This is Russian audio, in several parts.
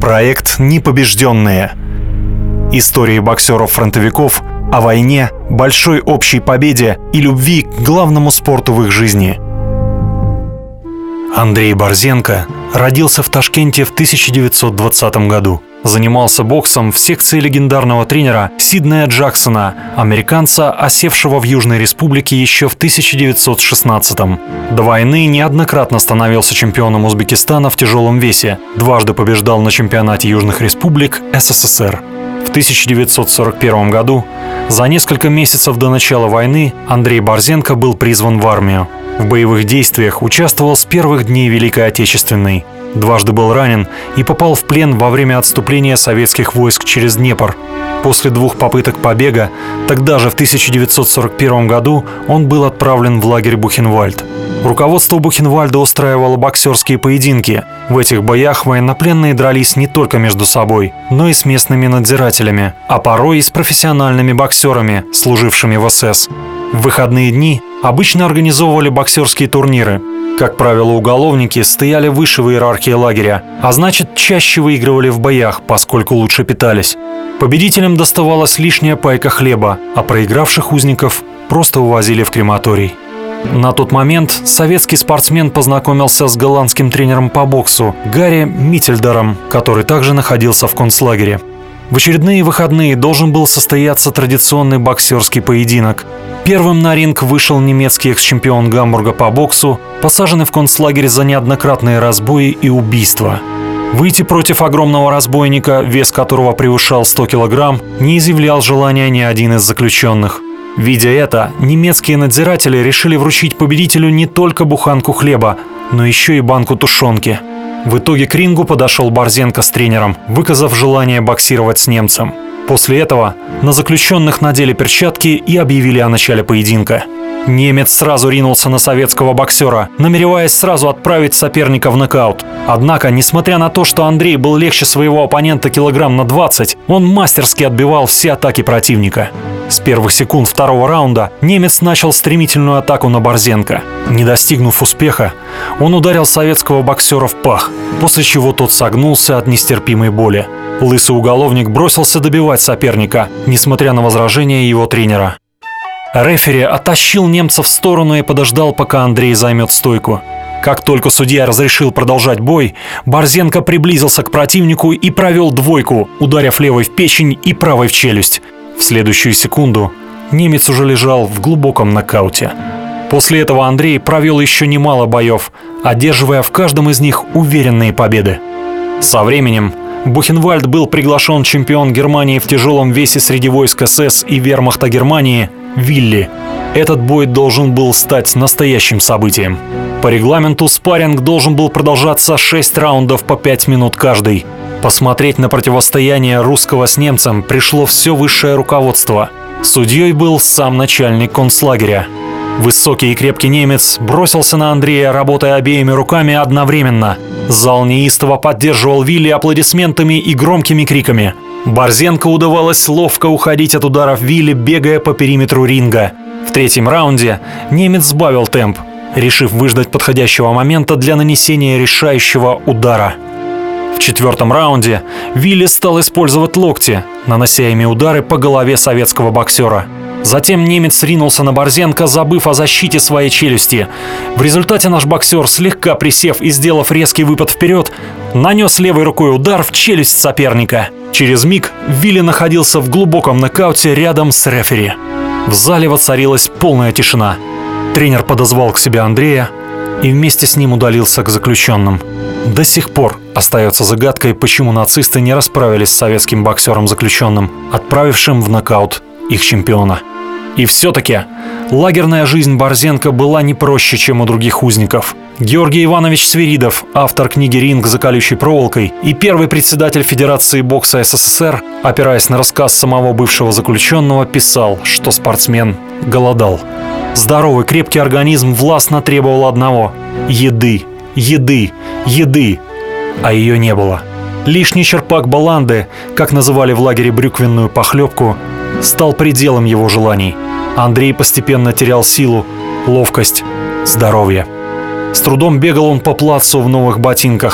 Проект «Непобежденные». Истории боксеров-фронтовиков о войне, большой общей победе и любви к главному спорту в их жизни. Андрей Борзенко родился в Ташкенте в 1920 году. Занимался боксом в секции легендарного тренера Сиднея Джексона, американца, осевшего в Южной Республике еще в 1916-м. До войны неоднократно становился чемпионом Узбекистана в тяжелом весе, дважды побеждал на чемпионате Южных Республик СССР. В 1941 году, за несколько месяцев до начала войны, Андрей Борзенко был призван в армию. В боевых действиях участвовал с первых дней Великой Отечественной. Дважды был ранен и попал в плен во время отступления советских войск через Днепр. После 2 попыток побега, тогда же в 1941 году, он был отправлен в лагерь Бухенвальд. Руководство Бухенвальда устраивало боксерские поединки. В этих боях военнопленные дрались не только между собой, но и с местными надзирателями, а порой и с профессиональными боксерами, служившими в СС. В выходные дни обычно организовывали боксерские турниры. Как правило, уголовники стояли выше в иерархии лагеря, а значит, чаще выигрывали в боях, поскольку лучше питались. Победителям доставалась лишняя пайка хлеба, а проигравших узников просто увозили в крематорий. На тот момент советский спортсмен познакомился с голландским тренером по боксу Гарри Миттельдером, который также находился в концлагере. В очередные выходные должен был состояться традиционный боксерский поединок. Первым на ринг вышел немецкий экс-чемпион Гамбурга по боксу, посаженный в концлагерь за неоднократные разбои и убийства. Выйти против огромного разбойника, вес которого превышал 100 килограмм, не изъявлял желания ни один из заключенных. Видя это, немецкие надзиратели решили вручить победителю не только буханку хлеба, но еще и банку тушенки. В итоге к рингу подошел Борзенко с тренером, выказав желание боксировать с немцем. После этого на заключенных надели перчатки и объявили о начале поединка. Немец сразу ринулся на советского боксера, намереваясь сразу отправить соперника в нокаут. Однако, несмотря на то, что Андрей был легче своего оппонента килограмм на 20, он мастерски отбивал все атаки противника. С первых секунд второго раунда немец начал стремительную атаку на Борзенко. Не достигнув успеха, он ударил советского боксера в пах, после чего тот согнулся от нестерпимой боли. Лысый уголовник бросился добивать соперника, несмотря на возражения его тренера. Рефери оттащил немца в сторону и подождал, пока Андрей займет стойку. Как только судья разрешил продолжать бой, Борзенко приблизился к противнику и провел двойку, ударив левой в печень и правой в челюсть. В следующую секунду немец уже лежал в глубоком нокауте. После этого Андрей провел еще немало боев, одерживая в каждом из них уверенные победы. Со временем Бухенвальд был приглашен чемпион Германии в тяжелом весе среди войск СС и вермахта Германии Вилли. Этот бой должен был стать настоящим событием. По регламенту спарринг должен был продолжаться 6 раундов по 5 минут каждый. Посмотреть на противостояние русского с немцем пришло все высшее руководство. Судьей был сам начальник концлагеря. Высокий и крепкий немец бросился на Андрея, работая обеими руками одновременно. Зал неистово поддерживал Вилли аплодисментами и громкими криками. Борзенко удавалось ловко уходить от ударов Вилли, бегая по периметру ринга. В 3-м раунде немец сбавил темп, решив выждать подходящего момента для нанесения решающего удара. В 4-м раунде Вилли стал использовать локти, нанося ими удары по голове советского боксера. Затем немец ринулся на Борзенко, забыв о защите своей челюсти. В результате наш боксер, слегка присев и сделав резкий выпад вперед, нанес левой рукой удар в челюсть соперника. Через миг Вилли находился в глубоком нокауте рядом с рефери. В зале воцарилась полная тишина. Тренер подозвал к себе Андрея и вместе с ним удалился к заключенным. До сих пор остается загадкой, почему нацисты не расправились с советским боксером-заключенным, отправившим в нокаут их чемпиона. И все-таки лагерная жизнь Борзенко была не проще, чем у других узников. Георгий Иванович Свиридов, автор книги «Ринг за колючей проволокой» и первый председатель Федерации бокса СССР, опираясь на рассказ самого бывшего заключенного, писал, что спортсмен голодал. Здоровый, крепкий организм властно требовал одного – еды, еды, еды, а ее не было. Лишний черпак баланды, как называли в лагере брюквенную похлебку, стал пределом его желаний. Андрей постепенно терял силу, ловкость, здоровье. С трудом бегал он по плацу в новых ботинках.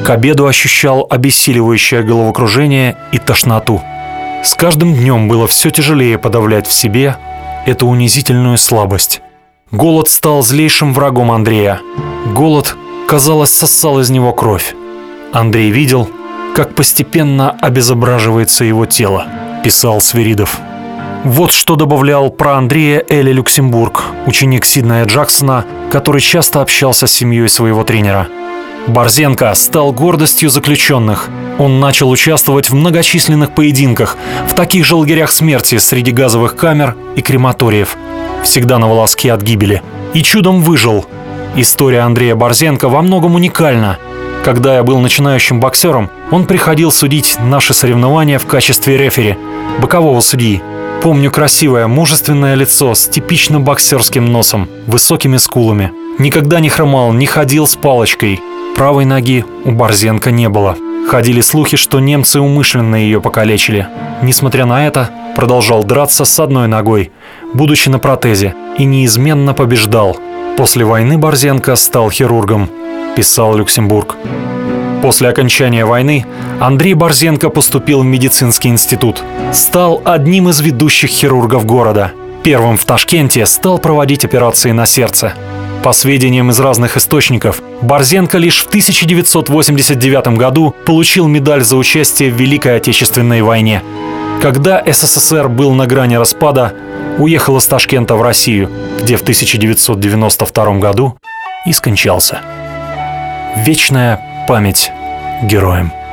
К обеду ощущал обессиливающее головокружение и тошноту. С каждым днем было все тяжелее подавлять в себе эту унизительную слабость. Голод стал злейшим врагом Андрея. Голод, казалось, сосал из него кровь. Андрей видел, как постепенно обезображивается его тело, писал Свиридов. Вот что добавлял про Андрея Эли Люксембург, ученик Сиднея Джексона, который часто общался с семьей своего тренера. Борзенко стал гордостью заключенных. Он начал участвовать в многочисленных поединках, в таких же лагерях смерти среди газовых камер и крематориев, всегда на волоске от гибели. И чудом выжил. История Андрея Борзенко во многом уникальна. Когда я был начинающим боксером, он приходил судить наши соревнования в качестве рефери, бокового судьи. Помню красивое, мужественное лицо с типично боксерским носом, высокими скулами. Никогда не хромал, не ходил с палочкой. Правой ноги у Борзенко не было. Ходили слухи, что немцы умышленно ее покалечили. Несмотря на это, продолжал драться с одной ногой, будучи на протезе, и неизменно побеждал. После войны Борзенко стал хирургом, писал Люксембург. После окончания войны Андрей Борзенко поступил в медицинский институт. Стал одним из ведущих хирургов города. Первым в Ташкенте стал проводить операции на сердце. По сведениям из разных источников, Борзенко лишь в 1989 году получил медаль за участие в Великой Отечественной войне. Когда СССР был на грани распада, уехал из Ташкента в Россию, где в 1992 году и скончался. Вечная память героям.